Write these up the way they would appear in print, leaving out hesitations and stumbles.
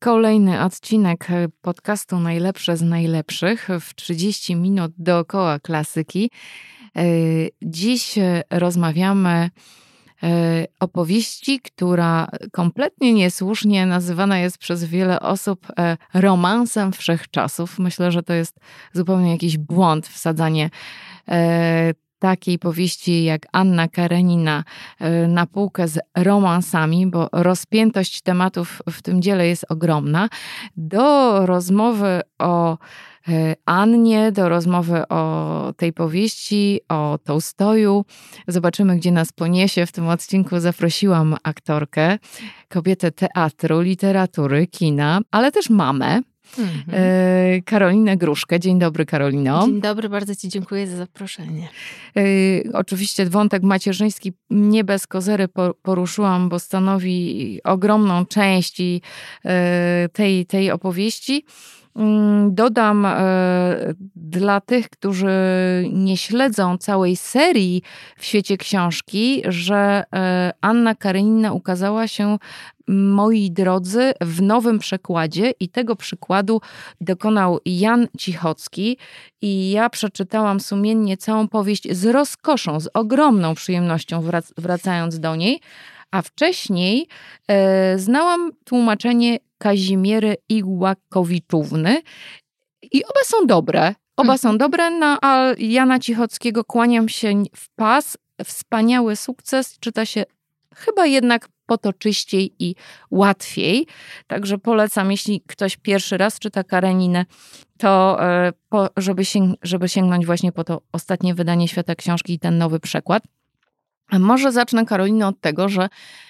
Kolejny odcinek podcastu Najlepsze z najlepszych w 30 minut dookoła klasyki. Dziś rozmawiamy o powieści, która kompletnie niesłusznie nazywana jest przez wiele osób romansem wszechczasów. Myślę, że to jest zupełnie jakiś błąd wsadzanie takiej powieści jak Anna Karenina na półkę z romansami, bo rozpiętość tematów w tym dziele jest ogromna. Do rozmowy o Annie, do rozmowy o tej powieści, o Tołstoju. Zobaczymy, gdzie nas poniesie. W tym odcinku zaprosiłam aktorkę, kobietę teatru, literatury, kina, ale też mamę. Karolinę Gruszkę. Dzień dobry, Karolino. Dzień dobry, bardzo Ci dziękuję za zaproszenie. Oczywiście wątek macierzyński nie bez kozery poruszyłam, bo stanowi ogromną część tej opowieści. Dodam dla tych, którzy nie śledzą całej serii w świecie książki, że Anna Karenina ukazała się, moi drodzy, w nowym przekładzie i tego przykładu dokonał Jan Cichocki i ja przeczytałam sumiennie całą powieść z rozkoszą, z ogromną przyjemnością wracając do niej, a wcześniej znałam tłumaczenie Kazimiery Iłakowiczówny i oba są dobre. Oba są dobre, a Jana Cichockiego kłaniam się w pas. Wspaniały sukces. Czyta się chyba jednak potoczyściej i łatwiej. Także polecam, jeśli ktoś pierwszy raz czyta Kareninę, to żeby sięgnąć właśnie po to ostatnie wydanie Świata Książki i ten nowy przekład. A może zacznę, Karolino, od tego, że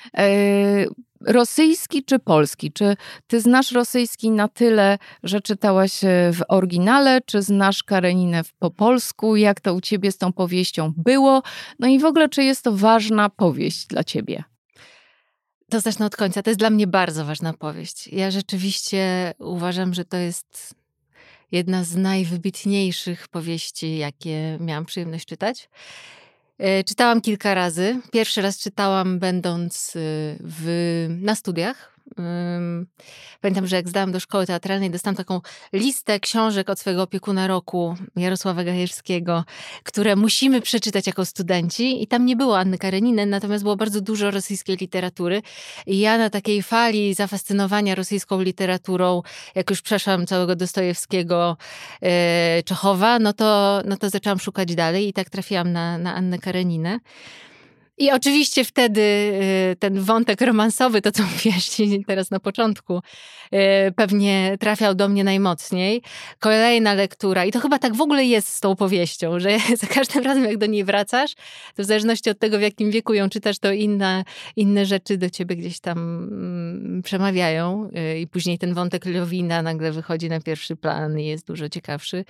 rosyjski czy polski? Czy ty znasz rosyjski na tyle, że czytałaś w oryginale, czy znasz Kareninę po polsku? Jak to u ciebie z tą powieścią było? No i w ogóle, czy jest to ważna powieść dla ciebie? To zacznę od końca. To jest dla mnie bardzo ważna powieść. Ja rzeczywiście uważam, że to jest jedna z najwybitniejszych powieści, jakie miałam przyjemność czytać. Czytałam kilka razy. Pierwszy raz czytałam będąc na studiach. Pamiętam, że jak zdałam do szkoły teatralnej, dostałam taką listę książek od swojego opiekuna roku, Jarosława Gajewskiego, które musimy przeczytać jako studenci. I tam nie było Anny Kareniny, natomiast było bardzo dużo rosyjskiej literatury. I ja na takiej fali zafascynowania rosyjską literaturą, jak już przeszłam całego Dostojewskiego, Czechowa, no to zaczęłam szukać dalej i tak trafiłam na Annę Kareninę. I oczywiście wtedy ten wątek romansowy, to co mówiłaś teraz na początku, pewnie trafiał do mnie najmocniej. Kolejna lektura, i to chyba tak w ogóle jest z tą powieścią, że za każdym razem jak do niej wracasz, to w zależności od tego, w jakim wieku ją czytasz, to inne rzeczy do ciebie gdzieś tam przemawiają i później ten wątek Lewina nagle wychodzi na pierwszy plan i jest dużo ciekawszy.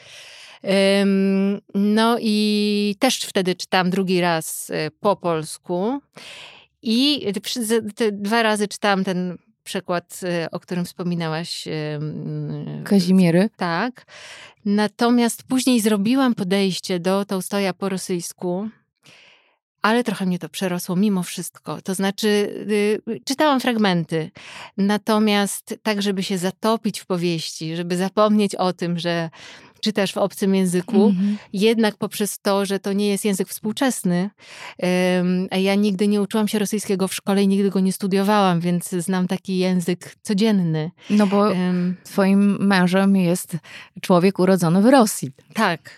No i też wtedy czytałam drugi raz po polsku i te 2 razy czytałam ten przekład, o którym wspominałaś. Kazimiery. Tak. Natomiast później zrobiłam podejście do Tołstoja po rosyjsku, ale trochę mnie to przerosło mimo wszystko. To znaczy czytałam fragmenty, natomiast tak, żeby się zatopić w powieści, żeby zapomnieć o tym, że czytasz w obcym języku, jednak poprzez to, że to nie jest język współczesny. A ja nigdy nie uczyłam się rosyjskiego w szkole i nigdy go nie studiowałam, więc znam taki język codzienny. No bo twoim mężem jest człowiek urodzony w Rosji. Tak.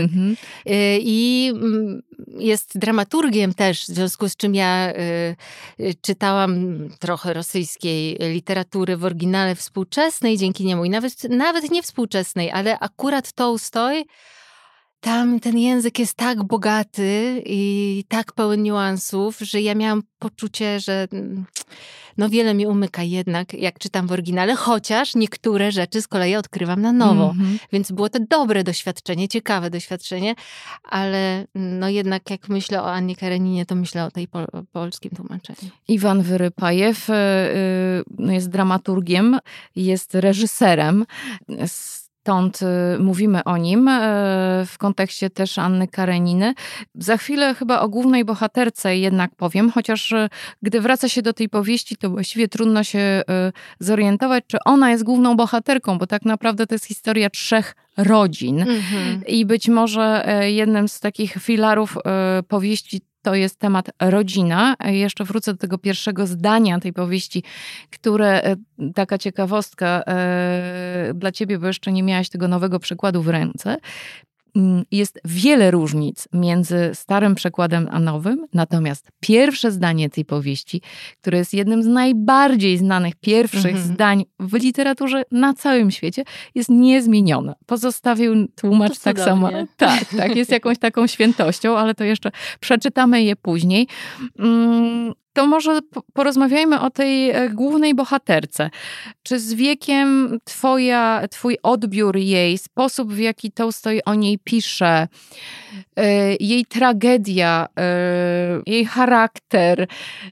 I jest dramaturgiem też, w związku z czym ja czytałam trochę rosyjskiej literatury w oryginale współczesnej dzięki niemu i nawet nie współczesnej, ale akurat Tołstoj, tam ten język jest tak bogaty i tak pełen niuansów, że ja miałam poczucie, że no wiele mi umyka jednak, jak czytam w oryginale, chociaż niektóre rzeczy z kolei odkrywam na nowo. Więc było to dobre doświadczenie, ciekawe doświadczenie, ale no jednak jak myślę o Annie Kareninie, to myślę o tej polskim tłumaczeniu. Iwan Wyrypajew jest dramaturgiem, jest reżyserem. stąd mówimy o nim w kontekście też Anny Kareniny. Za chwilę chyba o głównej bohaterce jednak powiem, chociaż gdy wraca się do tej powieści, to właściwie trudno się zorientować, czy ona jest główną bohaterką, bo tak naprawdę to jest historia 3 rodzin. I być może jednym z takich filarów powieści to jest temat rodzina. Jeszcze wrócę do tego pierwszego zdania tej powieści, które, taka ciekawostka dla ciebie, bo jeszcze nie miałaś tego nowego przekładu w ręce. Jest wiele różnic między starym przekładem a nowym, natomiast pierwsze zdanie tej powieści, które jest jednym z najbardziej znanych pierwszych zdań w literaturze na całym świecie, jest niezmienione. Pozostawił tłumacz tak samo. Tak, jest jakąś taką świętością, ale to jeszcze przeczytamy je później. To może porozmawiajmy o tej głównej bohaterce. Czy z wiekiem twój odbiór jej, sposób w jaki Tołstoj o niej pisze, jej tragedia, jej charakter,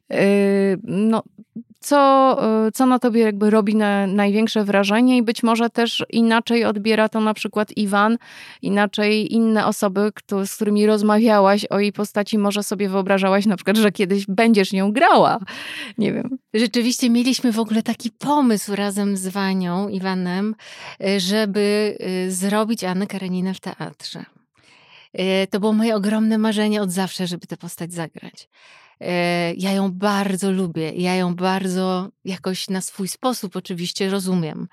co na tobie jakby robi największe wrażenie i być może też inaczej odbiera to na przykład Iwan, inaczej inne osoby, z którymi rozmawiałaś o jej postaci, może sobie wyobrażałaś na przykład, że kiedyś będziesz nią grała. Nie wiem. Rzeczywiście mieliśmy w ogóle taki pomysł razem z Wanią, Iwanem, żeby zrobić Annę Kareninę w teatrze. To było moje ogromne marzenie od zawsze, żeby tę postać zagrać. Ja ją bardzo lubię, ja ją bardzo jakoś na swój sposób oczywiście rozumiem.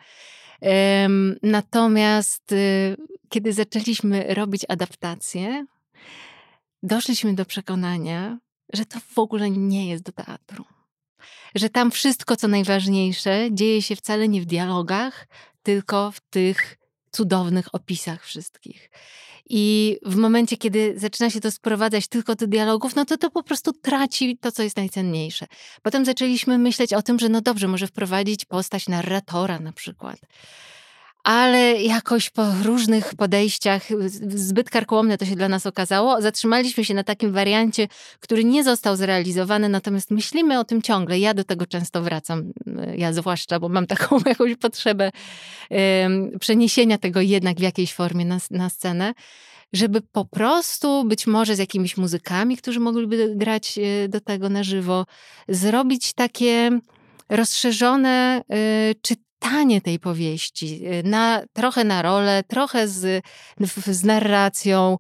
Natomiast kiedy zaczęliśmy robić adaptację, doszliśmy do przekonania, że to w ogóle nie jest do teatru. Że tam wszystko, co najważniejsze, dzieje się wcale nie w dialogach, tylko w tych cudownych opisach wszystkich. I w momencie, kiedy zaczyna się to sprowadzać tylko do dialogów, no to po prostu traci to, co jest najcenniejsze. Potem zaczęliśmy myśleć o tym, że no dobrze, może wprowadzić postać narratora na przykład. Ale jakoś po różnych podejściach, zbyt karkołomne to się dla nas okazało, zatrzymaliśmy się na takim wariancie, który nie został zrealizowany, natomiast myślimy o tym ciągle. Ja do tego często wracam, ja zwłaszcza, bo mam taką jakąś potrzebę przeniesienia tego jednak w jakiejś formie na scenę, żeby po prostu być może z jakimiś muzykami, którzy mogliby grać do tego na żywo, zrobić takie rozszerzone czytanie tej powieści, trochę na rolę, trochę z narracją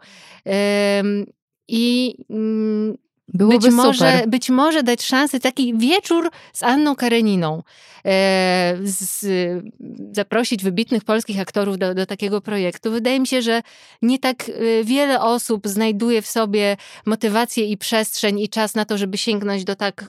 i być może dać szansę, taki wieczór z Anną Kareniną, zaprosić wybitnych polskich aktorów do takiego projektu. Wydaje mi się, że nie tak wiele osób znajduje w sobie motywację i przestrzeń i czas na to, żeby sięgnąć do tak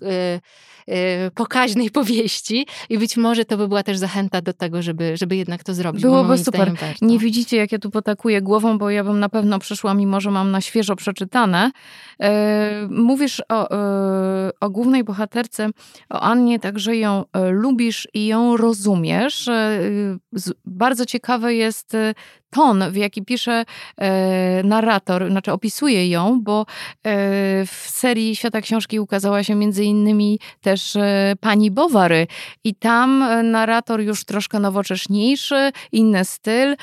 pokaźnej powieści i być może to by była też zachęta do tego, żeby jednak to zrobić. Byłoby super. Nie widzicie, jak ja tu potakuję głową, bo ja bym na pewno przyszła, mimo że mam na świeżo przeczytane. Mówisz o głównej bohaterce, o Annie, także ją lubisz i ją rozumiesz. Bardzo ciekawy jest ton, w jaki pisze narrator, znaczy opisuje ją, bo w serii Świata Książki ukazała się między innymi też Pani Bowary i tam narrator już troszkę nowocześniejszy, inny styl,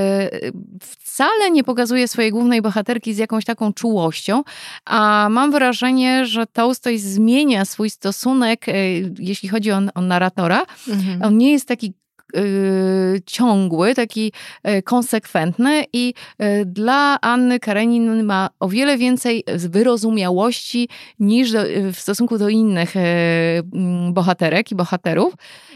wcale nie pokazuje swojej głównej bohaterki z jakąś taką czułością, a mam wrażenie, że Tołstoj zmienia swój stosunek, jeśli chodzi o narratora. On nie jest taki ciągły, taki konsekwentny i dla Anny Kareniny ma o wiele więcej wyrozumiałości niż w stosunku do innych bohaterek i bohaterów.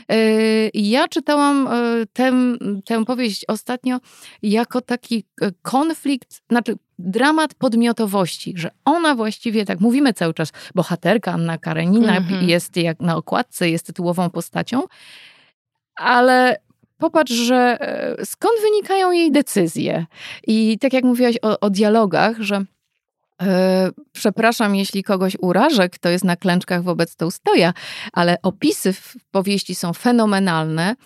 Ja czytałam tę powieść ostatnio jako taki konflikt, znaczy dramat podmiotowości, że ona właściwie, tak mówimy cały czas, bohaterka Anna Karenina jest jak na okładce, jest tytułową postacią, ale popatrz, że skąd wynikają jej decyzje. I tak jak mówiłaś o dialogach, że przepraszam, jeśli kogoś urażę, kto jest na klęczkach wobec Tołstoja, ale opisy w powieści są fenomenalne.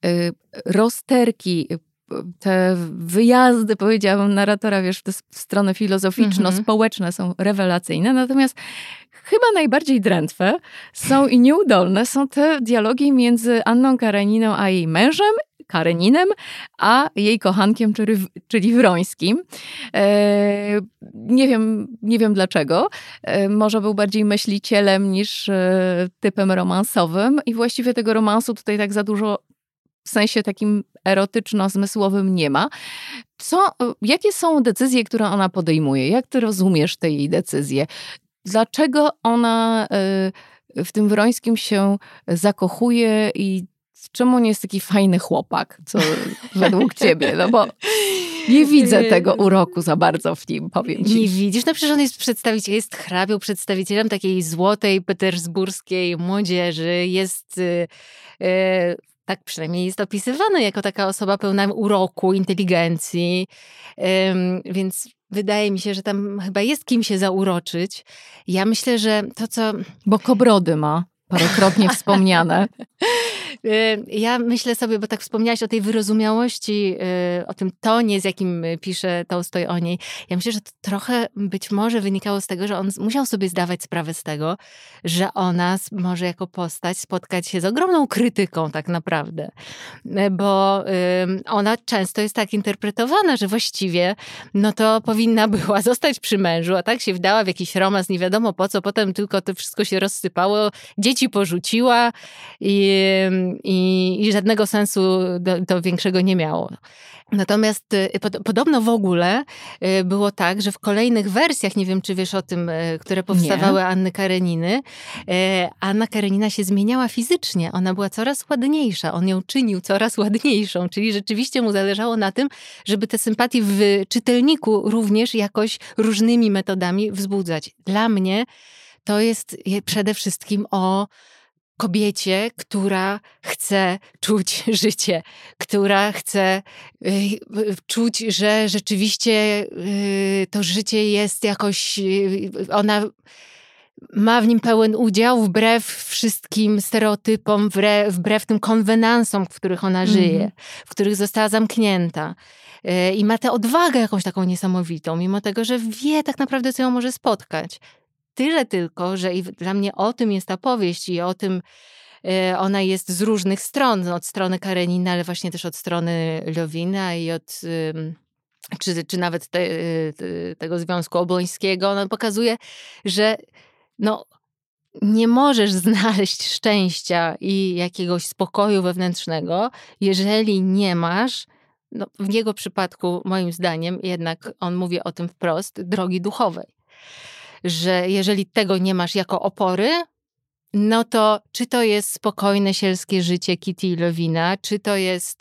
Rozterki, te wyjazdy, powiedziałabym, narratora, wiesz, w te strony filozoficzno-społeczne są rewelacyjne, natomiast chyba najbardziej drętwe są i nieudolne są te dialogi między Anną Kareniną a jej mężem, Kareninem, a jej kochankiem, czyli Wrońskim. Nie wiem dlaczego. Może był bardziej myślicielem niż typem romansowym i właściwie tego romansu tutaj tak za dużo w sensie takim erotyczno-zmysłowym nie ma. Jakie są decyzje, które ona podejmuje? Jak ty rozumiesz te jej decyzje? Dlaczego ona w tym Wrońskim się zakochuje i czemu nie jest taki fajny chłopak, co według ciebie? No bo nie widzę tego uroku za bardzo w nim, powiem ci. Nie widzisz? No przecież on jest hrabią, przedstawicielem takiej złotej petersburskiej młodzieży. Jest... tak przynajmniej jest opisywany jako taka osoba pełna uroku, inteligencji, więc wydaje mi się, że tam chyba jest kim się zauroczyć. Ja myślę, że to, co... Bo kobrody ma, parokrotnie wspomniane. Ja myślę sobie, bo tak wspomniałaś o tej wyrozumiałości, o tym tonie, z jakim pisze Tołstoj o niej. Ja myślę, że to trochę być może wynikało z tego, że on musiał sobie zdawać sprawę z tego, że ona może jako postać spotkać się z ogromną krytyką tak naprawdę. Bo ona często jest tak interpretowana, że właściwie no to powinna była zostać przy mężu, a tak się wdała w jakiś romans, nie wiadomo po co, potem tylko to wszystko się rozsypało, dzieci porzuciła i żadnego sensu to większego nie miało. Natomiast podobno w ogóle było tak, że w kolejnych wersjach, nie wiem czy wiesz o tym, które powstawały Anny Kareniny, Anna Karenina się zmieniała fizycznie. Ona była coraz ładniejsza. On ją czynił coraz ładniejszą. Czyli rzeczywiście mu zależało na tym, żeby te sympatie w czytelniku również jakoś różnymi metodami wzbudzać. Dla mnie to jest przede wszystkim o kobiecie, która chce czuć życie, która chce czuć, że rzeczywiście to życie jest jakoś, ona ma w nim pełen udział wbrew wszystkim stereotypom, wbrew tym konwenansom, w których ona żyje, w których została zamknięta. I ma tę odwagę jakąś taką niesamowitą, mimo tego, że wie tak naprawdę, co ją może spotkać. Tyle tylko, że i dla mnie o tym jest ta powieść i o tym ona jest z różnych stron. Od strony Karenina, ale właśnie też od strony Lewina i od... Czy nawet tego Związku Obłońskiego. Ona pokazuje, że no, nie możesz znaleźć szczęścia i jakiegoś spokoju wewnętrznego, jeżeli nie masz, no, w jego przypadku moim zdaniem jednak on mówi o tym wprost, drogi duchowej. Że jeżeli tego nie masz jako opory, no to czy to jest spokojne, sielskie życie Kitty i Lewina, czy to jest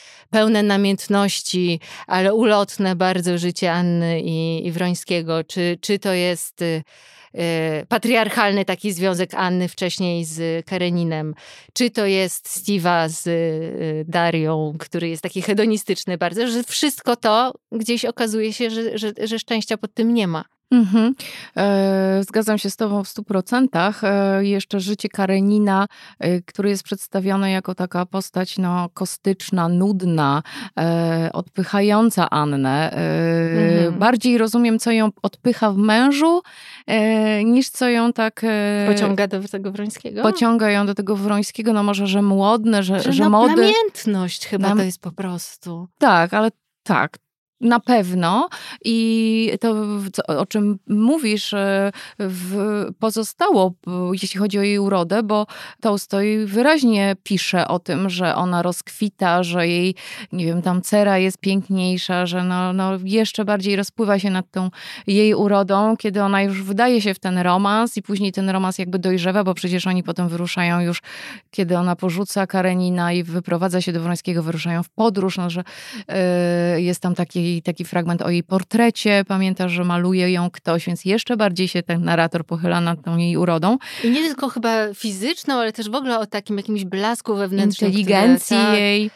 pełne namiętności, ale ulotne bardzo życie Anny i Wrońskiego, czy to jest patriarchalny taki związek Anny wcześniej z Kareninem, czy to jest Steve'a z Darią, który jest taki hedonistyczny bardzo, że wszystko to gdzieś okazuje się, że szczęścia pod tym nie ma. Zgadzam się z tobą w 100%. Jeszcze życie Karenina, który jest przedstawiony jako taka postać no, kostyczna, nudna, odpychająca Annę. Bardziej rozumiem, co ją odpycha w mężu, niż co ją tak... Pociąga do tego Wrońskiego? Pociąga ją do tego Wrońskiego, no może, że młodny, że młody... Namiętność chyba to jest po prostu. Tak, ale tak. Na pewno i to, o czym mówisz, pozostało, jeśli chodzi o jej urodę, bo Tołstoj wyraźnie pisze o tym, że ona rozkwita, że jej, nie wiem, tam cera jest piękniejsza, że no jeszcze bardziej rozpływa się nad tą jej urodą, kiedy ona już wdaje się w ten romans i później ten romans jakby dojrzewa, bo przecież oni potem wyruszają już, kiedy ona porzuca Karenina i wyprowadza się do Wrońskiego, wyruszają w podróż, no, że jest tam taki fragment o jej portrecie, pamiętasz, że maluje ją ktoś, więc jeszcze bardziej się ten narrator pochyla nad tą jej urodą. I nie tylko chyba fizyczną, ale też w ogóle o takim jakimś blasku wewnętrznym. Inteligencji jej.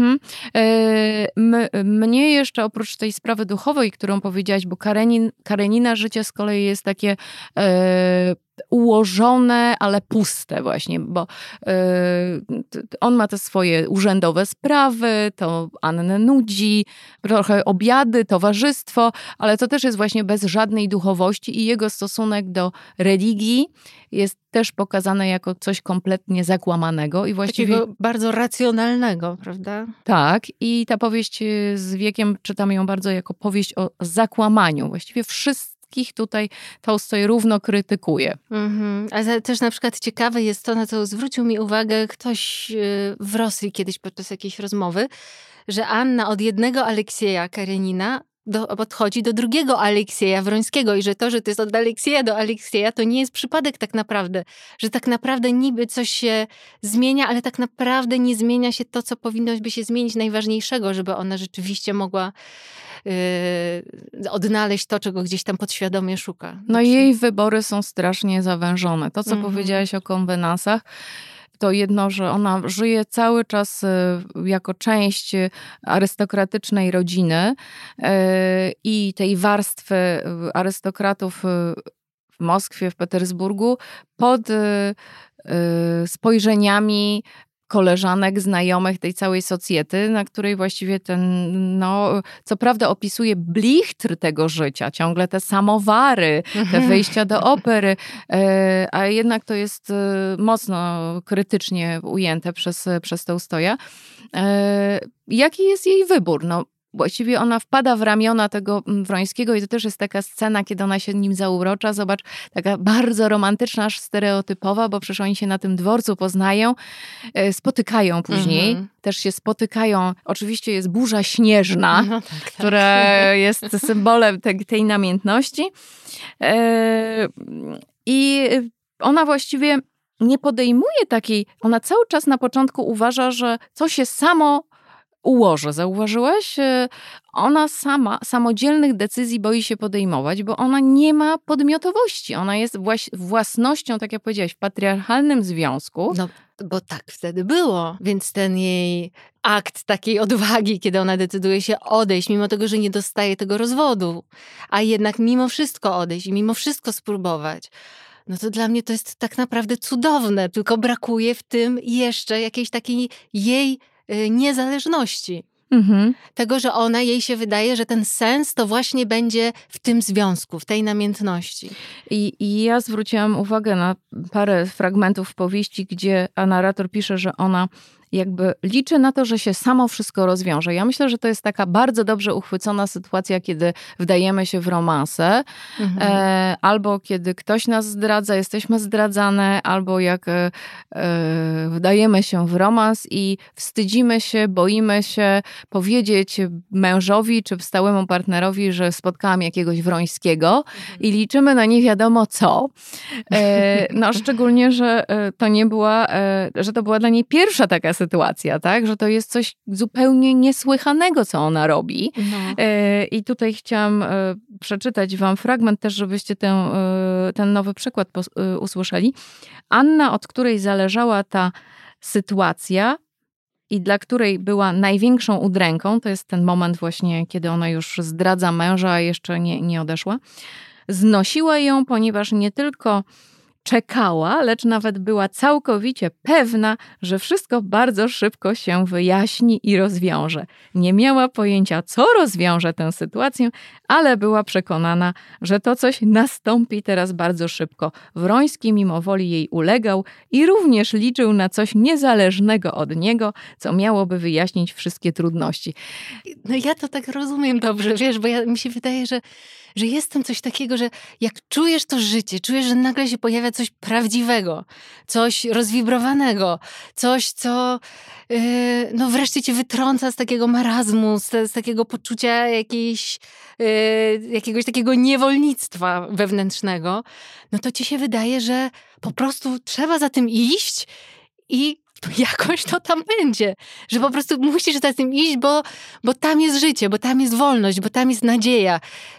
Mnie jeszcze oprócz tej sprawy duchowej, którą powiedziałaś, bo Karenina życie z kolei jest takie ułożone, ale puste właśnie, bo on ma te swoje urzędowe sprawy, to Annę nudzi, trochę obiady, towarzystwo, ale to też jest właśnie bez żadnej duchowości i jego stosunek do religii jest też pokazane jako coś kompletnie zakłamanego. I właściwie takiego bardzo racjonalnego, prawda? Tak, i ta powieść z wiekiem czytamy ją bardzo jako powieść o zakłamaniu. Właściwie wszystkich tutaj Tolstoj równo krytykuje. Ale też na przykład ciekawe jest to, na co zwrócił mi uwagę ktoś w Rosji kiedyś podczas jakiejś rozmowy, że Anna od jednego Aleksieja Karenina podchodzi do drugiego Aleksieja Wrońskiego i że to, że to jest od Aleksieja do Aleksieja, to nie jest przypadek tak naprawdę, że tak naprawdę niby coś się zmienia, ale tak naprawdę nie zmienia się to, co powinno by się zmienić najważniejszego, żeby ona rzeczywiście mogła odnaleźć to, czego gdzieś tam podświadomie szuka. No i jej wybory są strasznie zawężone. To, co powiedziałaś o konwenansach, to jedno, że ona żyje cały czas jako część arystokratycznej rodziny i tej warstwy arystokratów w Moskwie, w Petersburgu pod spojrzeniami koleżanek, znajomych tej całej socjety, na której właściwie co prawda opisuje blichtr tego życia, ciągle te samowary, te wyjścia do opery, a jednak to jest mocno krytycznie ujęte przez Tolstoja. Jaki jest jej wybór? Właściwie ona wpada w ramiona tego Wrońskiego i to też jest taka scena, kiedy ona się nim zaurocza. Zobacz, taka bardzo romantyczna, aż stereotypowa, bo przecież oni się na tym dworcu poznają, spotykają później. Też się spotykają. Oczywiście jest burza śnieżna, która jest symbolem tej namiętności. I ona właściwie nie podejmuje takiej... Ona cały czas na początku uważa, że to się samo ułoży. Zauważyłaś? Ona samodzielnych decyzji boi się podejmować, bo ona nie ma podmiotowości. Ona jest własnością, tak jak powiedziałaś, w patriarchalnym związku. No, bo tak wtedy było. Więc ten jej akt takiej odwagi, kiedy ona decyduje się odejść, mimo tego, że nie dostaje tego rozwodu, a jednak mimo wszystko odejść i mimo wszystko spróbować. No to dla mnie to jest tak naprawdę cudowne, tylko brakuje w tym jeszcze jakiejś takiej jej niezależności. Tego, że jej się wydaje, że ten sens to właśnie będzie w tym związku, w tej namiętności. I ja zwróciłam uwagę na parę fragmentów powieści, gdzie narrator pisze, że ona jakby liczy na to, że się samo wszystko rozwiąże. Ja myślę, że to jest taka bardzo dobrze uchwycona sytuacja, kiedy wdajemy się w romanse, albo kiedy ktoś nas zdradza, jesteśmy zdradzane, albo jak wdajemy się w romans i wstydzimy się, boimy się powiedzieć mężowi czy stałemu partnerowi, że spotkałam jakiegoś Wrońskiego i liczymy na nie wiadomo co. Szczególnie, że to nie była, że to była dla niej pierwsza taka sytuacja, tak? Że to jest coś zupełnie niesłychanego, co ona robi. I tutaj chciałam przeczytać wam fragment też, żebyście ten nowy przykład usłyszeli. Anna, od której zależała ta sytuacja i dla której była największą udręką, to jest ten moment właśnie, kiedy ona już zdradza męża, a jeszcze nie odeszła, znosiła ją, ponieważ nie tylko czekała, lecz nawet była całkowicie pewna, że wszystko bardzo szybko się wyjaśni i rozwiąże. Nie miała pojęcia, co rozwiąże tę sytuację, ale była przekonana, że to coś nastąpi teraz bardzo szybko. Wroński mimo woli jej ulegał i również liczył na coś niezależnego od niego, co miałoby wyjaśnić wszystkie trudności. No ja to tak rozumiem dobrze, wiesz, bo mi się wydaje, że jest tam coś takiego, że jak czujesz to życie, czujesz, że nagle się pojawia coś prawdziwego, coś rozwibrowanego, coś, co wreszcie cię wytrąca z takiego marazmu, z takiego poczucia jakiegoś takiego niewolnictwa wewnętrznego, no to ci się wydaje, że po prostu trzeba za tym iść i jakoś to tam będzie, że po prostu musisz za tym iść, bo tam jest życie, bo tam jest wolność, bo tam jest nadzieja.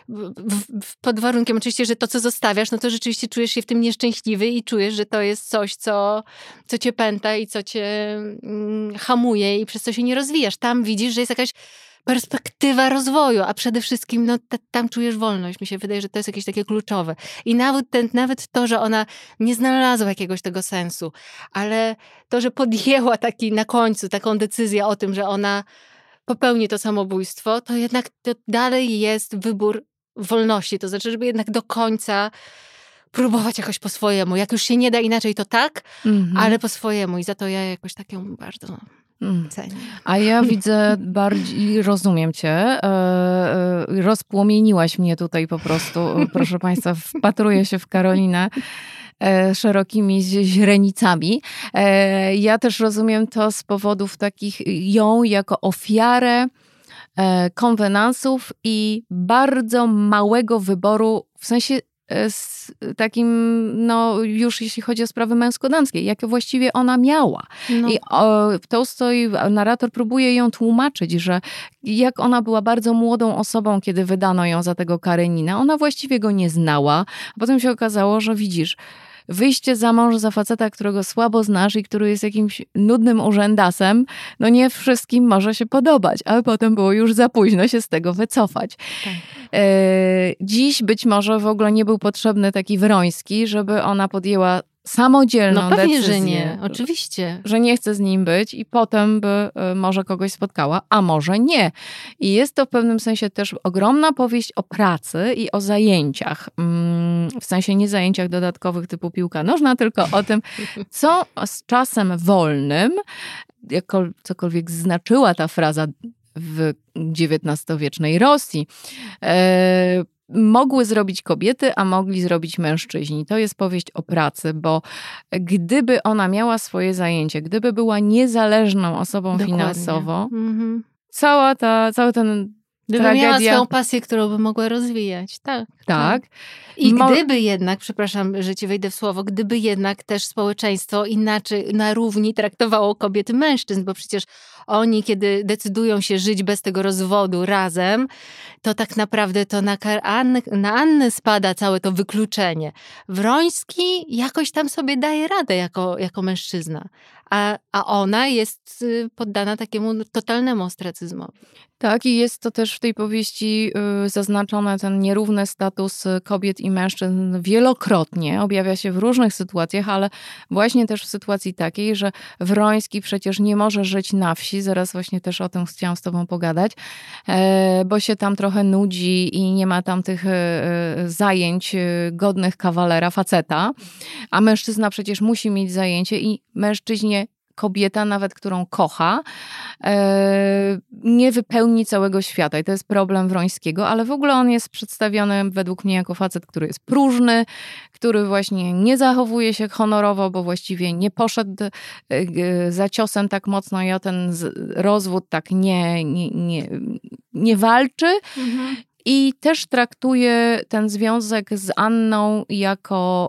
Pod warunkiem oczywiście, że to, co zostawiasz, no to rzeczywiście czujesz się w tym nieszczęśliwy i czujesz, że to jest coś, co cię pęta i co cię hamuje i przez co się nie rozwijasz. Tam widzisz, że jest jakaś perspektywa rozwoju, a przede wszystkim tam czujesz wolność. Mi się wydaje, że to jest jakieś takie kluczowe. I nawet to, że ona nie znalazła jakiegoś tego sensu, ale to, że podjęła na końcu taką decyzję o tym, że ona popełni to samobójstwo, to jednak to dalej jest wybór wolności. To znaczy, żeby jednak do końca próbować jakoś po swojemu. Jak już się nie da inaczej, to tak, ale po swojemu. I za to ja jakoś taką bardzo cenię. A ja widzę bardziej, rozumiem cię, rozpłomieniłaś mnie tutaj po prostu. Proszę państwa, wpatruję się w Karolinę szerokimi źrenicami. Ja też rozumiem to z powodów takich, ją jako ofiarę konwenansów i bardzo małego wyboru, w sensie z takim, no już jeśli chodzi o sprawy męsko-damskie, jakie właściwie ona miała. No. I Tolstoj, narrator, próbuje ją tłumaczyć, że jak ona była bardzo młodą osobą, kiedy wydano ją za tego Karenina, ona właściwie go nie znała, a potem się okazało, że widzisz, wyjście za mąż za faceta, którego słabo znasz i który jest jakimś nudnym urzędasem, no nie wszystkim może się podobać, ale potem było już za późno się z tego wycofać. Tak. Dziś być może w ogóle nie był potrzebny taki Wroński, żeby ona podjęła samodzielną decyzję. Że nie, oczywiście. Że nie chce z nim być i potem by może kogoś spotkała, a może nie. I jest to w pewnym sensie też ogromna powieść o pracy i o zajęciach. W sensie nie zajęciach dodatkowych typu piłka nożna, tylko o tym, co z czasem wolnym, cokolwiek znaczyła ta fraza w XIX-wiecznej Rosji, mogły zrobić kobiety, a mogli zrobić mężczyźni. To jest powieść o pracy, bo gdyby ona miała swoje zajęcie, gdyby była niezależną osobą finansowo, cały ten gdyby tragedia... miała swoją pasję, którą by mogła rozwijać. Tak. I gdyby jednak, przepraszam, że ci wejdę w słowo, gdyby jednak też społeczeństwo inaczej, na równi traktowało kobiety mężczyzn, bo przecież oni, kiedy decydują się żyć bez tego rozwodu razem, to tak naprawdę to na Annę spada całe to wykluczenie. Wroński jakoś tam sobie daje radę jako mężczyzna, a ona jest poddana takiemu totalnemu ostracyzmowi. Tak, i jest to też w tej powieści zaznaczone, ten nierówny status kobiet i mężczyzn wielokrotnie. Objawia się w różnych sytuacjach, ale właśnie też w sytuacji takiej, że Wroński przecież nie może żyć na wsi. Zaraz właśnie też o tym chciałam z tobą pogadać, bo się tam trochę nudzi i nie ma tam tych zajęć godnych kawalera, faceta. A mężczyzna przecież musi mieć zajęcie i mężczyźnie kobieta, nawet którą kocha, nie wypełni całego świata. I to jest problem Wrońskiego, ale w ogóle on jest przedstawiony według mnie jako facet, który jest próżny, który właśnie nie zachowuje się honorowo, bo właściwie nie poszedł za ciosem tak mocno i o ten rozwód tak nie walczy. I też traktuje ten związek z Anną jako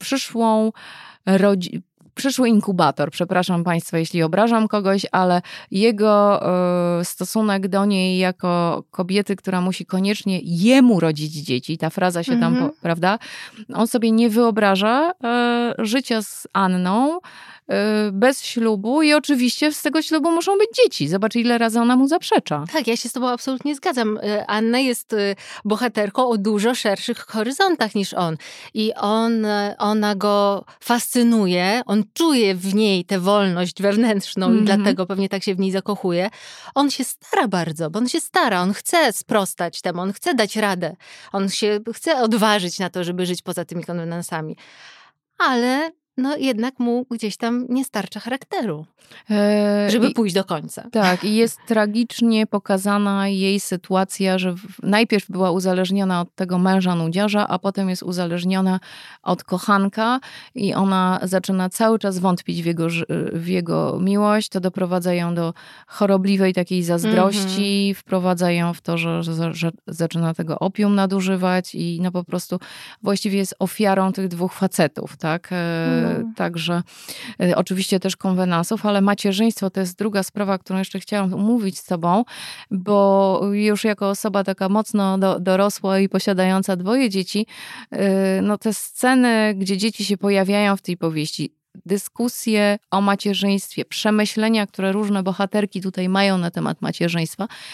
przyszły inkubator. Przepraszam państwa, jeśli obrażam kogoś, ale jego stosunek do niej jako kobiety, która musi koniecznie jemu rodzić dzieci, ta fraza się tam, prawda? On sobie nie wyobraża życia z Anną bez ślubu i oczywiście z tego ślubu muszą być dzieci. Zobacz, ile razy ona mu zaprzecza. Tak, ja się z tobą absolutnie zgadzam. Anna jest bohaterką o dużo szerszych horyzontach niż on. I ona go fascynuje, on czuje w niej tę wolność wewnętrzną i dlatego pewnie tak się w niej zakochuje. On się stara bardzo, bo on się stara, on chce sprostać temu, on chce dać radę. On się chce odważyć na to, żeby żyć poza tymi konwenansami. Ale jednak mu gdzieś tam nie starcza charakteru, żeby pójść do końca. Tak, i jest tragicznie pokazana jej sytuacja, że najpierw była uzależniona od tego męża nudziarza, a potem jest uzależniona od kochanka i ona zaczyna cały czas wątpić w jego miłość. To doprowadza ją do chorobliwej takiej zazdrości, wprowadza ją w to, że zaczyna tego opium nadużywać i po prostu właściwie jest ofiarą tych dwóch facetów, tak? Także oczywiście też konwenansów, ale macierzyństwo to jest druga sprawa, którą jeszcze chciałam omówić z tobą, bo już jako osoba taka mocno dorosła i posiadająca 2 dzieci, te sceny, gdzie dzieci się pojawiają w tej powieści, dyskusje o macierzyństwie, przemyślenia, które różne bohaterki tutaj mają na temat macierzyństwa,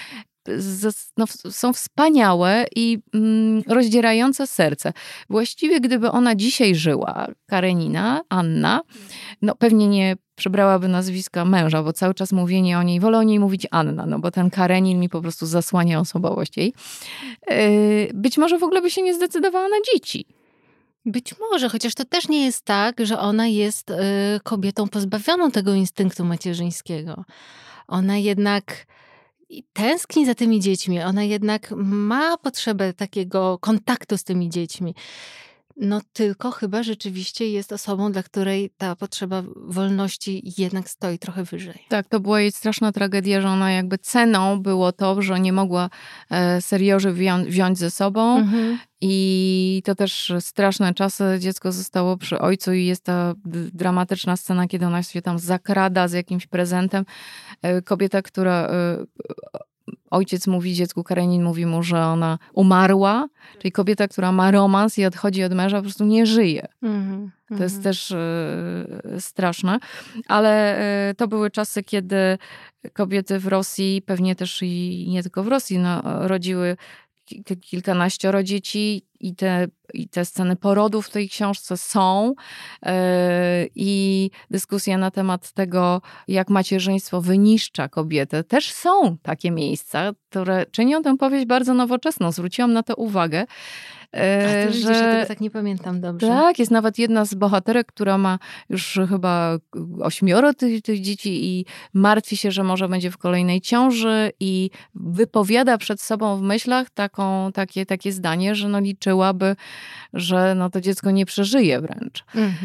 są wspaniałe i rozdzierające serce. Właściwie gdyby ona dzisiaj żyła, Karenina, Anna, no pewnie nie przybrałaby nazwiska męża, bo cały czas mówienie o niej, wolę o niej mówić Anna, no bo ten Karenin mi po prostu zasłania osobowość jej. Być może w ogóle by się nie zdecydowała na dzieci. Być może, chociaż to też nie jest tak, że ona jest kobietą pozbawioną tego instynktu macierzyńskiego. Ona jednak tęskni za tymi dziećmi, ona jednak ma potrzebę takiego kontaktu z tymi dziećmi. No tylko chyba rzeczywiście jest osobą, dla której ta potrzeba wolności jednak stoi trochę wyżej. Tak, to była jej straszna tragedia, że ona jakby ceną było to, że nie mogła Serioży wziąć ze sobą. I to też straszne czasy. Dziecko zostało przy ojcu i jest ta dramatyczna scena, kiedy ona się tam zakrada z jakimś prezentem. Kobieta, która... Ojciec mówi dziecku, Karenin mówi mu, że ona umarła, czyli kobieta, która ma romans i odchodzi od męża, po prostu nie żyje. To jest też straszne. Ale to były czasy, kiedy kobiety w Rosji, pewnie też i nie tylko w Rosji, no, rodziły kilkanaścioro dzieci i te sceny porodów w tej książce są i dyskusja na temat tego, jak macierzyństwo wyniszcza kobietę. Też są takie miejsca, które czynią tę powieść bardzo nowoczesną. Zwróciłam na to uwagę. Że widzisz, ja tego tak nie pamiętam dobrze. Tak, jest nawet jedna z bohaterek, która ma już chyba 8 tych dzieci i martwi się, że może będzie w kolejnej ciąży i wypowiada przed sobą w myślach takie zdanie, że no liczyłaby, że no to dziecko nie przeżyje wręcz.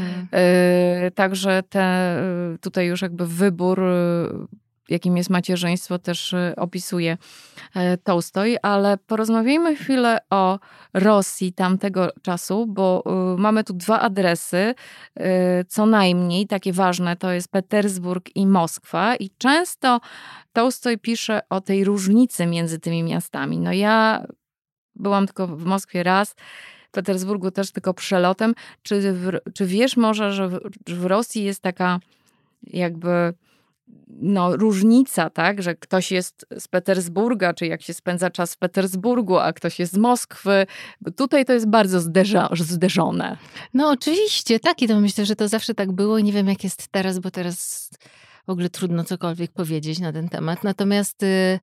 Także tutaj już jakby wybór, jakim jest macierzyństwo, też opisuje Tołstoj, ale porozmawiajmy chwilę o Rosji tamtego czasu, bo mamy tu 2 adresy, co najmniej takie ważne, to jest Petersburg i Moskwa i często Tołstoj pisze o tej różnicy między tymi miastami. No ja byłam tylko w Moskwie raz, w Petersburgu też tylko przelotem. Czy wiesz może, że w Rosji jest taka jakby różnica, tak, że ktoś jest z Petersburga, czy jak się spędza czas w Petersburgu, a ktoś jest z Moskwy. Bo tutaj to jest bardzo zderzone. No oczywiście, tak, i to myślę, że to zawsze tak było i nie wiem jak jest teraz, bo teraz w ogóle trudno cokolwiek powiedzieć na ten temat. Natomiast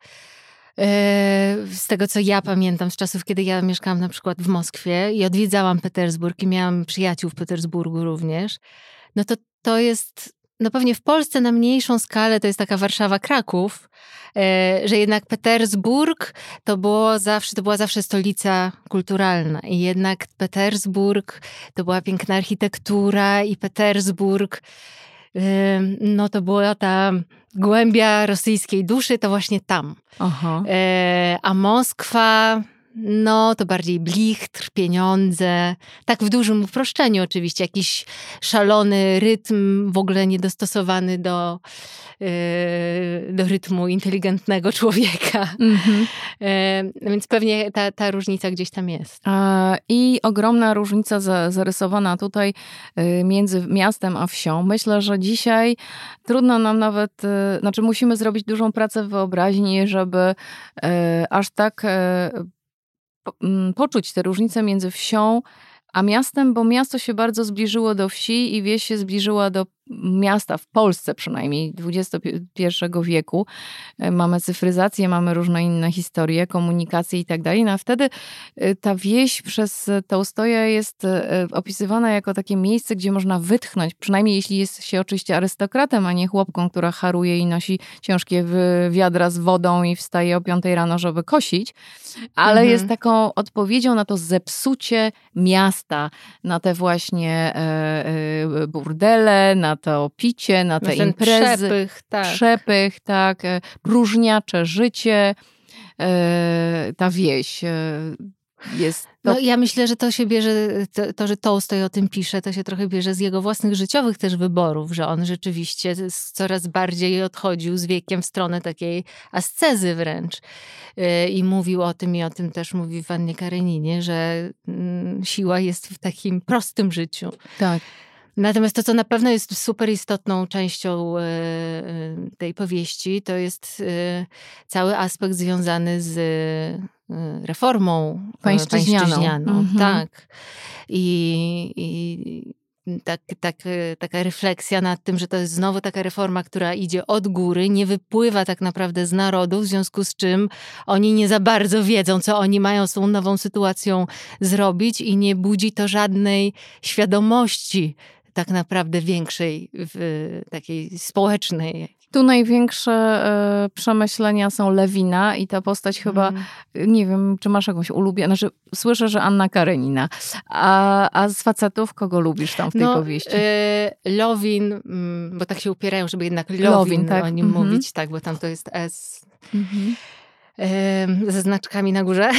z tego, co ja pamiętam z czasów, kiedy ja mieszkałam na przykład w Moskwie i odwiedzałam Petersburg i miałam przyjaciół w Petersburgu również, no to jest... No pewnie w Polsce na mniejszą skalę to jest taka Warszawa-Kraków, że jednak Petersburg to była zawsze stolica kulturalna i jednak Petersburg to była piękna architektura i Petersburg no to była ta głębia rosyjskiej duszy, to właśnie tam. A Moskwa... No, to bardziej blichtr, pieniądze. Tak w dużym uproszczeniu oczywiście. Jakiś szalony rytm, w ogóle niedostosowany do rytmu inteligentnego człowieka. Więc pewnie ta różnica gdzieś tam jest. I ogromna różnica zarysowana tutaj między miastem a wsią. Myślę, że dzisiaj trudno nam nawet, musimy zrobić dużą pracę w wyobraźni, żeby aż tak poczuć tę różnicę między wsią a miastem, bo miasto się bardzo zbliżyło do wsi i wieś się zbliżyła do miasta, w Polsce przynajmniej, XXI wieku. Mamy cyfryzację, mamy różne inne historie, komunikację i tak dalej. No a wtedy ta wieś przez Tołstoja jest opisywana jako takie miejsce, gdzie można wytchnąć, przynajmniej jeśli jest się oczywiście arystokratem, a nie chłopką, która haruje i nosi ciężkie wiadra z wodą i wstaje o 5 rano, żeby kosić, ale jest taką odpowiedzią na to zepsucie miasta, na te właśnie burdele, na to picie, na te imprezy. Przepych, tak. Próżniacze życie. Ta wieś jest... No ja myślę, że to się bierze, że Tołstoj o tym pisze, to się trochę bierze z jego własnych życiowych też wyborów, że on rzeczywiście coraz bardziej odchodził z wiekiem w stronę takiej ascezy wręcz. I mówił o tym, i o tym też mówi w Annie Kareninie, że siła jest w takim prostym życiu. Tak. Natomiast to, co na pewno jest super istotną częścią tej powieści, to jest cały aspekt związany z reformą pańszczyźnianą. Tak. I taka refleksja nad tym, że to jest znowu taka reforma, która idzie od góry, nie wypływa tak naprawdę z narodu, w związku z czym oni nie za bardzo wiedzą, co oni mają z tą nową sytuacją zrobić i nie budzi to żadnej świadomości tak naprawdę większej, takiej społecznej. Tu największe przemyślenia są Lewina i ta postać chyba, nie wiem, czy masz jakąś ulubioną, znaczy słyszę, że Anna Karenina, a z facetów kogo lubisz tam w tej powieści? Lowin, bo tak się upierają, żeby jednak Lowin tak? O nim mówić, tak, bo tam to jest S. Ze znaczkami na górze.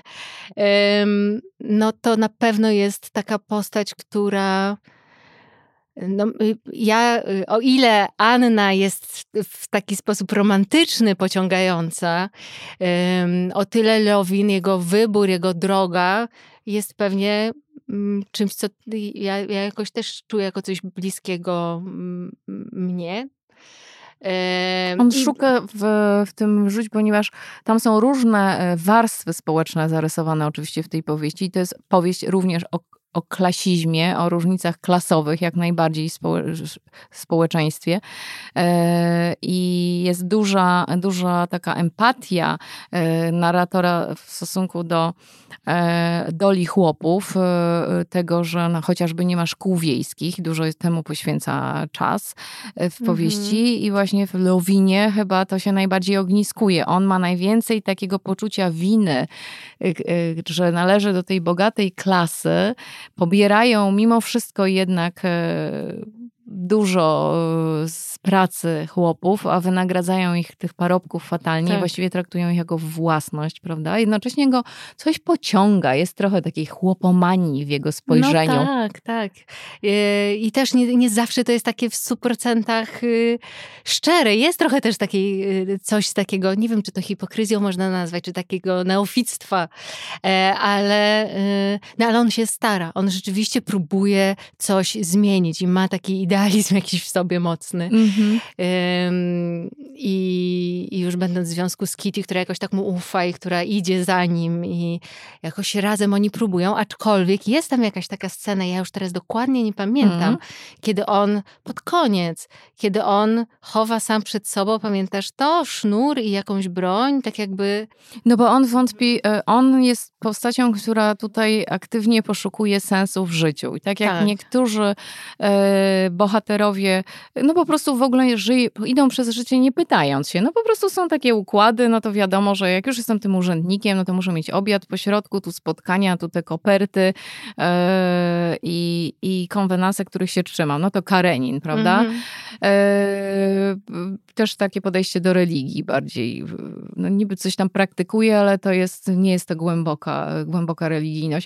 No to na pewno jest taka postać, która o ile Anna jest w taki sposób romantyczny, pociągająca, o tyle Lowin, jego wybór, jego droga jest pewnie czymś, co ja jakoś też czuję jako coś bliskiego mnie. On szuka w tym życiu, ponieważ tam są różne warstwy społeczne zarysowane oczywiście w tej powieści i to jest powieść również o klasizmie, o różnicach klasowych jak najbardziej w społeczeństwie. I jest duża taka empatia narratora w stosunku do doli chłopów, tego, że chociażby nie ma szkół wiejskich, dużo temu poświęca czas w powieści i właśnie w Lowinie chyba to się najbardziej ogniskuje. On ma najwięcej takiego poczucia winy, że należy do tej bogatej klasy, pobierają mimo wszystko jednak dużo z pracy chłopów, a wynagradzają ich, tych parobków fatalnie, tak. Właściwie traktują ich jako własność, prawda? Jednocześnie go coś pociąga, jest trochę takiej chłopomanii w jego spojrzeniu. No tak. I też nie zawsze to jest takie w 100% szczere. Jest trochę też coś takiego, nie wiem, czy to hipokryzją można nazwać, czy takiego neofictwa, ale on się stara. On rzeczywiście próbuje coś zmienić i ma taki idealizm jakiś w sobie mocny. I już będąc w związku z Kitty, która jakoś tak mu ufa i która idzie za nim i jakoś razem oni próbują, aczkolwiek jest tam jakaś taka scena, ja już teraz dokładnie nie pamiętam, kiedy on pod koniec, kiedy on chowa sam przed sobą, pamiętasz to? Sznur i jakąś broń, tak jakby... No bo on wątpi, on jest postacią, która tutaj aktywnie poszukuje sensu w życiu. I tak jak niektórzy bohaterowie, no po prostu w ogóle idą przez życie nie pytając się. No po prostu są takie układy, no to wiadomo, że jak już jestem tym urzędnikiem, no to muszę mieć obiad po środku, tu spotkania, tu te koperty i konwenanse, których się trzymam. No to Karenin, prawda? Też takie podejście do religii bardziej. No niby coś tam praktykuje, ale to nie jest to głęboka religijność.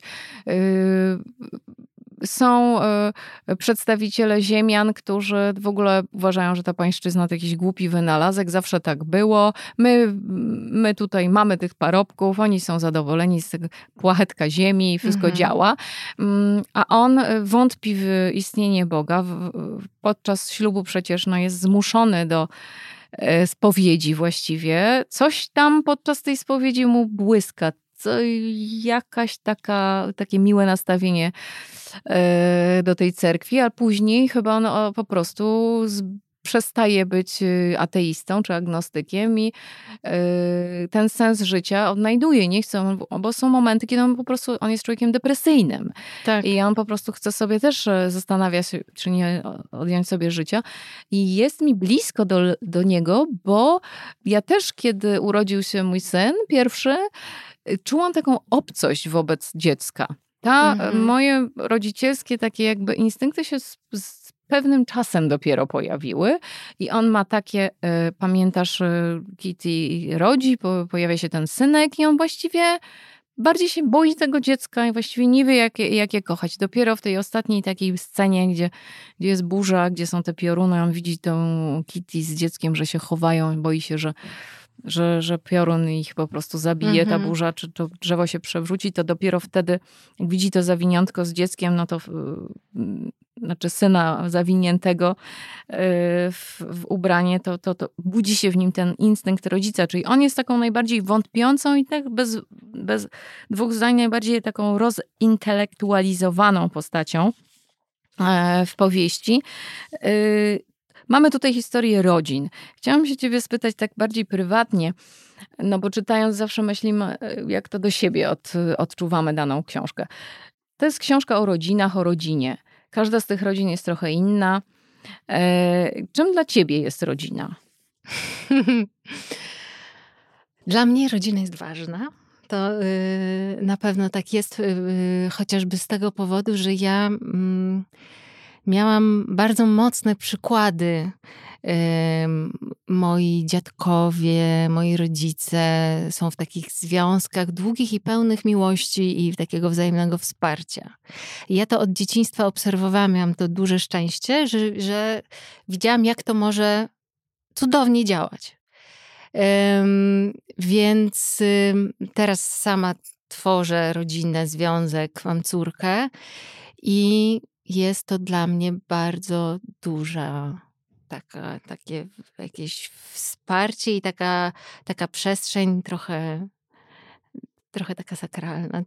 Są przedstawiciele ziemian, którzy w ogóle uważają, że ta pańszczyzna to jakiś głupi wynalazek. Zawsze tak było. My tutaj mamy tych parobków, oni są zadowoleni z tego płachetka ziemi i wszystko działa. A on wątpi w istnienie Boga. Podczas ślubu przecież jest zmuszony do spowiedzi właściwie. Coś tam podczas tej spowiedzi mu błyska. Jakaś takie miłe nastawienie do tej cerkwi, a później chyba on po prostu przestaje być ateistą czy agnostykiem i ten sens życia odnajduje. Nie chce, bo są momenty, kiedy on jest człowiekiem depresyjnym. Tak. I on po prostu chce sobie też zastanawiać się, czy nie odjąć sobie życia. I jest mi blisko do niego, bo ja też, kiedy urodził się mój syn pierwszy, czułam taką obcość wobec dziecka. Moje rodzicielskie takie jakby instynkty się z pewnym czasem dopiero pojawiły i on ma takie, pamiętasz, Kitty rodzi, pojawia się ten synek i on właściwie bardziej się boi tego dziecka i właściwie nie wie, jak je kochać. Dopiero w tej ostatniej takiej scenie, gdzie jest burza, gdzie są te pioruny, on widzi tą Kitty z dzieckiem, że się chowają, boi się, że że piorun ich po prostu zabije, ta burza, czy to drzewo się przewróci, to dopiero wtedy, jak widzi to zawiniątko z dzieckiem, no to znaczy syna zawiniętego w ubranie, to budzi się w nim ten instynkt rodzica, czyli on jest taką najbardziej wątpiącą i tak bez dwóch zdań najbardziej taką rozintelektualizowaną postacią w powieści. Mamy tutaj historię rodzin. Chciałam się ciebie spytać tak bardziej prywatnie, no bo czytając zawsze myślimy, jak to do siebie odczuwamy daną książkę. To jest książka o rodzinach, o rodzinie. Każda z tych rodzin jest trochę inna. Czym dla ciebie jest rodzina? Dla mnie rodzina jest ważna. To na pewno tak jest, chociażby z tego powodu, że ja miałam bardzo mocne przykłady. Moi dziadkowie, moi rodzice są w takich związkach długich i pełnych miłości i takiego wzajemnego wsparcia. I ja to od dzieciństwa obserwowałam, miałam to duże szczęście, że widziałam, jak to może cudownie działać. Więc teraz sama tworzę rodzinę, związek, mam córkę i jest to dla mnie bardzo duża takie jakieś wsparcie i taka przestrzeń trochę taka sakralna,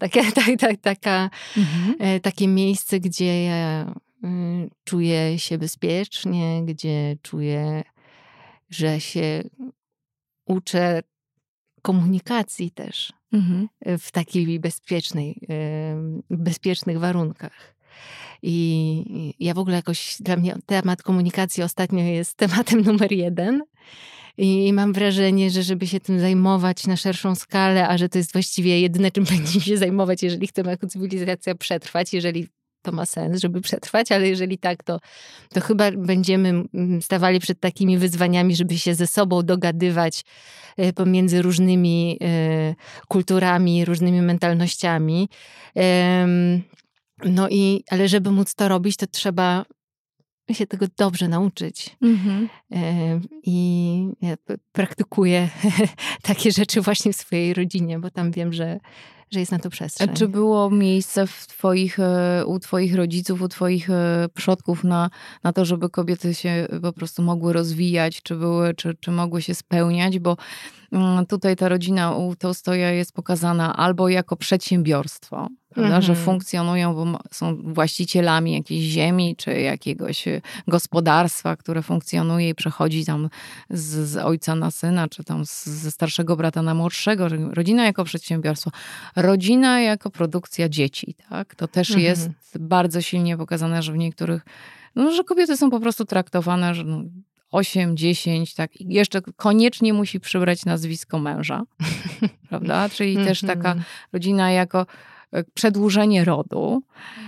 takie miejsce, gdzie ja czuję się bezpiecznie, gdzie czuję, że się uczę komunikacji też w takich bezpiecznych warunkach. I ja w ogóle jakoś, dla mnie temat komunikacji ostatnio jest tematem numer 1. I mam wrażenie, że żeby się tym zajmować na szerszą skalę, a że to jest właściwie jedyne, czym będziemy się zajmować, jeżeli chcemy jako cywilizacja przetrwać, jeżeli to ma sens, żeby przetrwać, ale jeżeli tak, to chyba będziemy stawali przed takimi wyzwaniami, żeby się ze sobą dogadywać pomiędzy różnymi kulturami, różnymi mentalnościami. Ale żeby móc to robić, to trzeba się tego dobrze nauczyć. I ja praktykuję takie rzeczy właśnie w swojej rodzinie, bo tam wiem, że jest na to przestrzeń. A czy było miejsce u twoich rodziców, u twoich przodków na to, żeby kobiety się po prostu mogły rozwijać, czy mogły się spełniać? Bo tutaj ta rodzina u Tolstoja jest pokazana albo jako przedsiębiorstwo, prawda, że funkcjonują, bo są właścicielami jakiejś ziemi, czy jakiegoś gospodarstwa, które funkcjonuje i przechodzi tam z ojca na syna, czy tam ze starszego brata na młodszego. Rodzina jako przedsiębiorstwo. Rodzina jako produkcja dzieci, tak? To też jest bardzo silnie pokazane, że w niektórych, że kobiety są po prostu traktowane, że 8, 10, tak. I jeszcze koniecznie musi przybrać nazwisko męża, prawda? Czyli też taka rodzina jako przedłużenie rodu.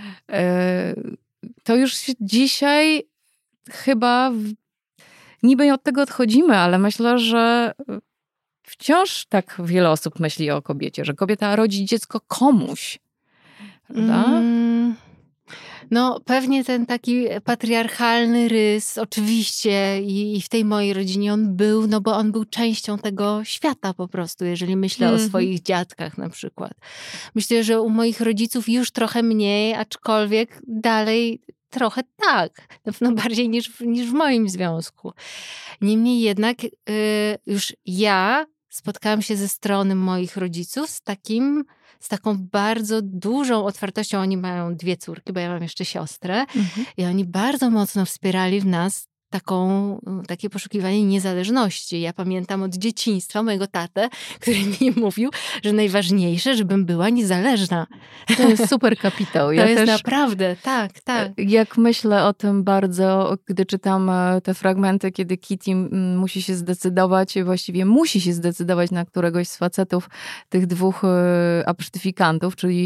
To już się dzisiaj chyba niby od tego odchodzimy, ale myślę, że wciąż tak wiele osób myśli o kobiecie, że kobieta rodzi dziecko komuś, prawda? No pewnie ten taki patriarchalny rys oczywiście i w tej mojej rodzinie on był, no bo on był częścią tego świata po prostu, jeżeli myślę o swoich dziadkach na przykład. Myślę, że u moich rodziców już trochę mniej, aczkolwiek dalej trochę tak, na pewno bardziej niż w moim związku. Niemniej jednak już ja spotkałam się ze strony moich rodziców z taką bardzo dużą otwartością. Oni mają 2 córki, bo ja mam jeszcze siostrę. I oni bardzo mocno wspierali w nas takie poszukiwanie niezależności. Ja pamiętam od dzieciństwa mojego tatę, który mi mówił, że najważniejsze, żebym była niezależna. To jest super kapitał. To jest naprawdę, tak. Jak myślę o tym bardzo, gdy czytam te fragmenty, kiedy Kitty musi się zdecydować na któregoś z facetów, tych 2 absztyfikantów, czyli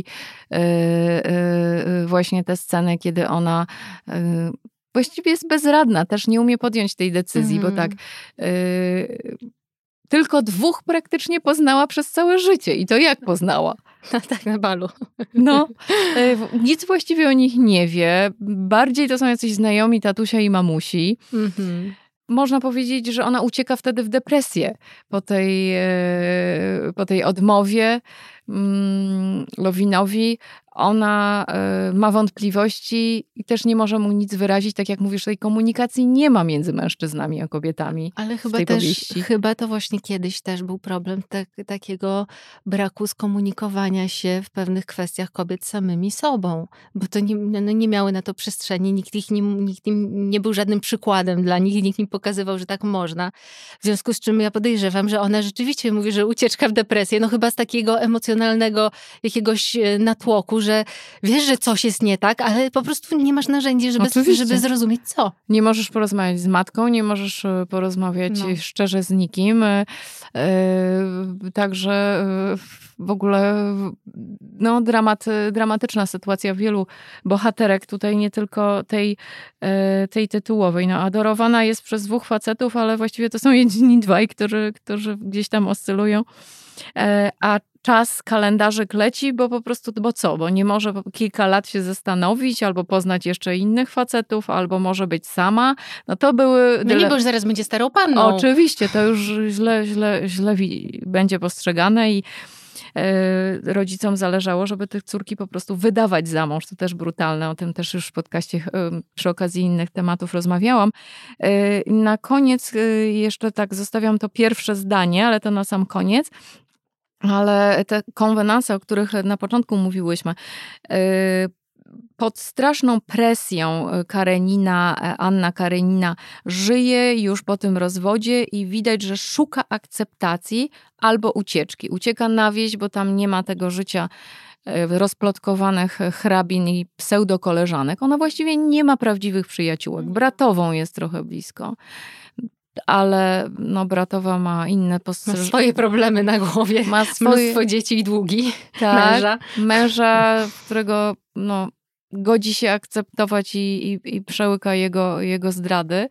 właśnie te sceny, kiedy ona właściwie jest bezradna, też nie umie podjąć tej decyzji, bo tak tylko 2 praktycznie poznała przez całe życie. I to jak poznała? No tak, na balu. No, nic właściwie o nich nie wie. Bardziej to są jacyś znajomi tatusia i mamusi. można powiedzieć, że ona ucieka wtedy w depresję po tej odmowie Lowinowi. Ona ma wątpliwości i też nie może mu nic wyrazić. Tak jak mówisz, tej komunikacji nie ma między mężczyznami a kobietami. Ale powieści. Chyba to właśnie kiedyś też był problem takiego braku skomunikowania się w pewnych kwestiach kobiet samymi sobą. Bo to nie miały na to przestrzeni, nikt im nie był żadnym przykładem dla nich, nikt im pokazywał, że tak można. W związku z czym ja podejrzewam, że ona rzeczywiście mówi, że ucieczka w depresję, no chyba z takiego emocjonalnego jakiegoś natłoku, że wiesz, że coś jest nie tak, ale po prostu nie masz narzędzi, żeby zrozumieć co. Nie możesz porozmawiać z matką, nie możesz porozmawiać szczerze z nikim. Także w ogóle dramatyczna sytuacja wielu bohaterek, tutaj nie tylko tej tytułowej. No, adorowana jest przez 2 facetów, ale właściwie to są jedyni 2, którzy gdzieś tam oscylują. A czas, kalendarzyk leci, bo nie może kilka lat się zastanowić, albo poznać jeszcze innych facetów, albo może być sama. No to były... nie, bo już zaraz będzie starą panną. Oczywiście, to już źle będzie postrzegane i rodzicom zależało, żeby tych córki po prostu wydawać za mąż. To też brutalne, o tym też już w podcaście przy okazji innych tematów rozmawiałam. Na koniec jeszcze tak zostawiam to pierwsze zdanie, ale to na sam koniec. Ale te konwenanse, o których na początku mówiłyśmy, pod straszną presją Anna Karenina żyje już po tym rozwodzie i widać, że szuka akceptacji albo ucieczki. Ucieka na wieś, bo tam nie ma tego życia rozplotkowanych hrabin i pseudokoleżanek. Ona właściwie nie ma prawdziwych przyjaciółek. Bratową jest trochę blisko. Ale bratowa ma inne Ma swoje problemy na głowie. Ma mnóstwo dzieci i długi. Tak, męża, którego godzi się akceptować i przełyka jego zdrady.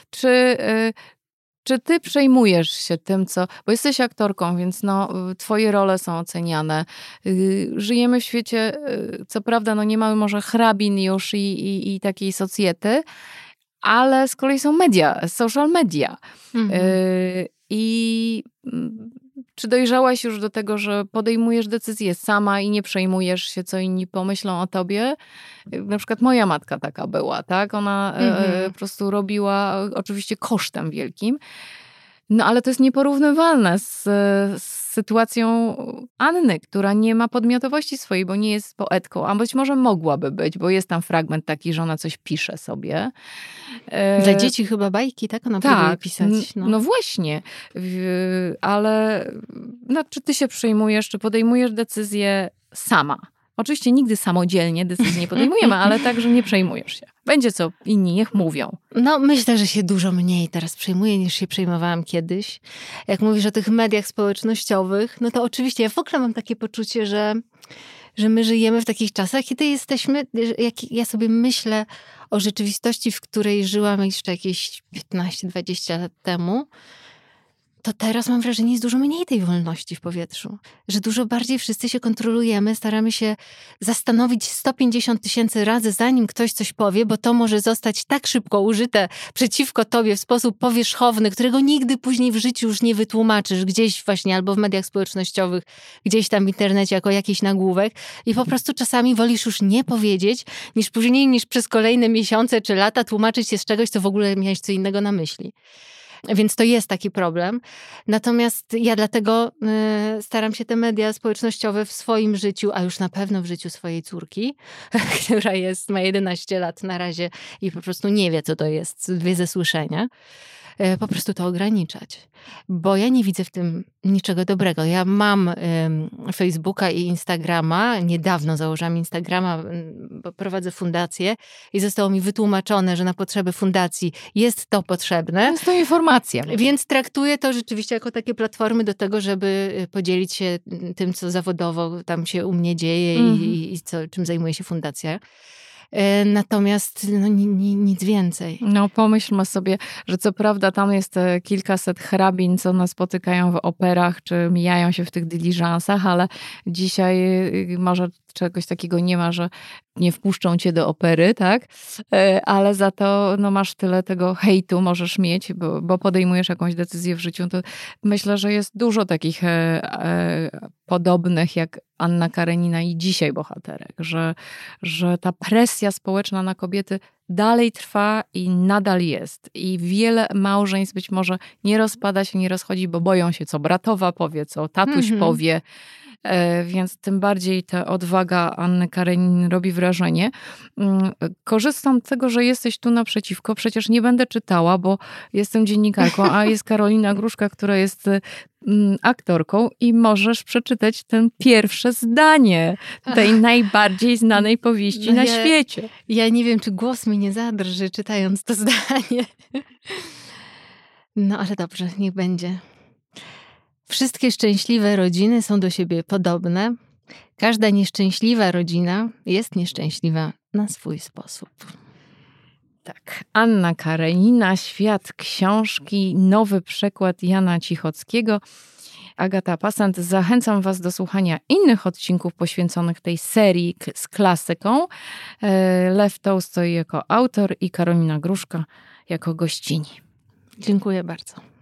Czy ty przejmujesz się tym, bo jesteś aktorką, więc twoje role są oceniane. Żyjemy w świecie, co prawda, nie mamy może hrabin już i takiej socjety, ale z kolei są social media. I czy dojrzałaś już do tego, że podejmujesz decyzje sama i nie przejmujesz się, co inni pomyślą o tobie? Na przykład moja matka taka była, tak? Ona po prostu robiła, oczywiście kosztem wielkim, ale to jest nieporównywalne z sytuacją Anny, która nie ma podmiotowości swojej, bo nie jest poetką, a być może mogłaby być, bo jest tam fragment taki, że ona coś pisze sobie. Dla dzieci chyba bajki, tak? Ona próbuje pisać. No właśnie. Ale czy ty się przejmujesz, czy podejmujesz decyzję sama? Oczywiście nigdy samodzielnie decyzji nie podejmujemy, ale tak, że nie przejmujesz się. Będzie co inni, niech mówią. Myślę, że się dużo mniej teraz przejmuję, niż się przejmowałam kiedyś. Jak mówisz o tych mediach społecznościowych, to oczywiście ja w ogóle mam takie poczucie, że my żyjemy w takich czasach, kiedy jesteśmy, jak ja sobie myślę o rzeczywistości, w której żyłam jeszcze jakieś 15-20 lat temu, to teraz mam wrażenie, jest dużo mniej tej wolności w powietrzu. Że dużo bardziej wszyscy się kontrolujemy, staramy się zastanowić 150 000 razy, zanim ktoś coś powie, bo to może zostać tak szybko użyte przeciwko tobie w sposób powierzchowny, którego nigdy później w życiu już nie wytłumaczysz, gdzieś właśnie albo w mediach społecznościowych, gdzieś tam w internecie jako jakiś nagłówek i po prostu czasami wolisz już nie powiedzieć, niż przez kolejne miesiące czy lata tłumaczyć się z czegoś, co w ogóle miałeś co innego na myśli. Więc to jest taki problem. Natomiast ja dlatego staram się te media społecznościowe w swoim życiu, a już na pewno w życiu swojej córki, która ma 11 lat na razie i po prostu nie wie, co to jest, wie ze słyszenia, po prostu to ograniczać. Bo ja nie widzę w tym niczego dobrego. Ja mam Facebooka i Instagrama. Niedawno założyłam Instagrama, bo prowadzę fundację i zostało mi wytłumaczone, że na potrzeby fundacji jest to potrzebne. Jest to informacja. Więc traktuję to rzeczywiście jako takie platformy do tego, żeby podzielić się tym, co zawodowo tam się u mnie dzieje i czym zajmuje się fundacja. Natomiast nic więcej. Pomyślmy sobie, że co prawda tam jest kilkaset hrabin, co nas spotykają w operach, czy mijają się w tych dyliżansach, ale dzisiaj może czegoś takiego nie ma, że nie wpuszczą cię do opery, tak? Ale za to no, masz tyle tego hejtu możesz mieć, bo podejmujesz jakąś decyzję w życiu. To myślę, że jest dużo takich podobnych jak Anna Karenina i dzisiaj bohaterek, że ta presja społeczna na kobiety dalej trwa i nadal jest. I wiele małżeństw być może nie rozpada się, nie rozchodzi, bo boją się, co bratowa powie, co tatuś powie. Więc tym bardziej ta odwaga Anny Kareniny robi wrażenie. Korzystam z tego, że jesteś tu naprzeciwko. Przecież nie będę czytała, bo jestem dziennikarką, a jest Karolina Gruszka, która jest aktorką i możesz przeczytać ten pierwsze zdanie tej najbardziej znanej powieści na świecie. Ja nie wiem, czy głos mi nie zadrży, czytając to zdanie. No ale dobrze, niech będzie. Wszystkie szczęśliwe rodziny są do siebie podobne. Każda nieszczęśliwa rodzina jest nieszczęśliwa na swój sposób. Tak. Anna Karenina, Świat książki, nowy przekład Jana Cichockiego. Agata Passant. Zachęcam was do słuchania innych odcinków poświęconych tej serii z klasyką. Lew Tołstoj jako autor i Karolina Gruszka jako gościni. Dziękuję bardzo.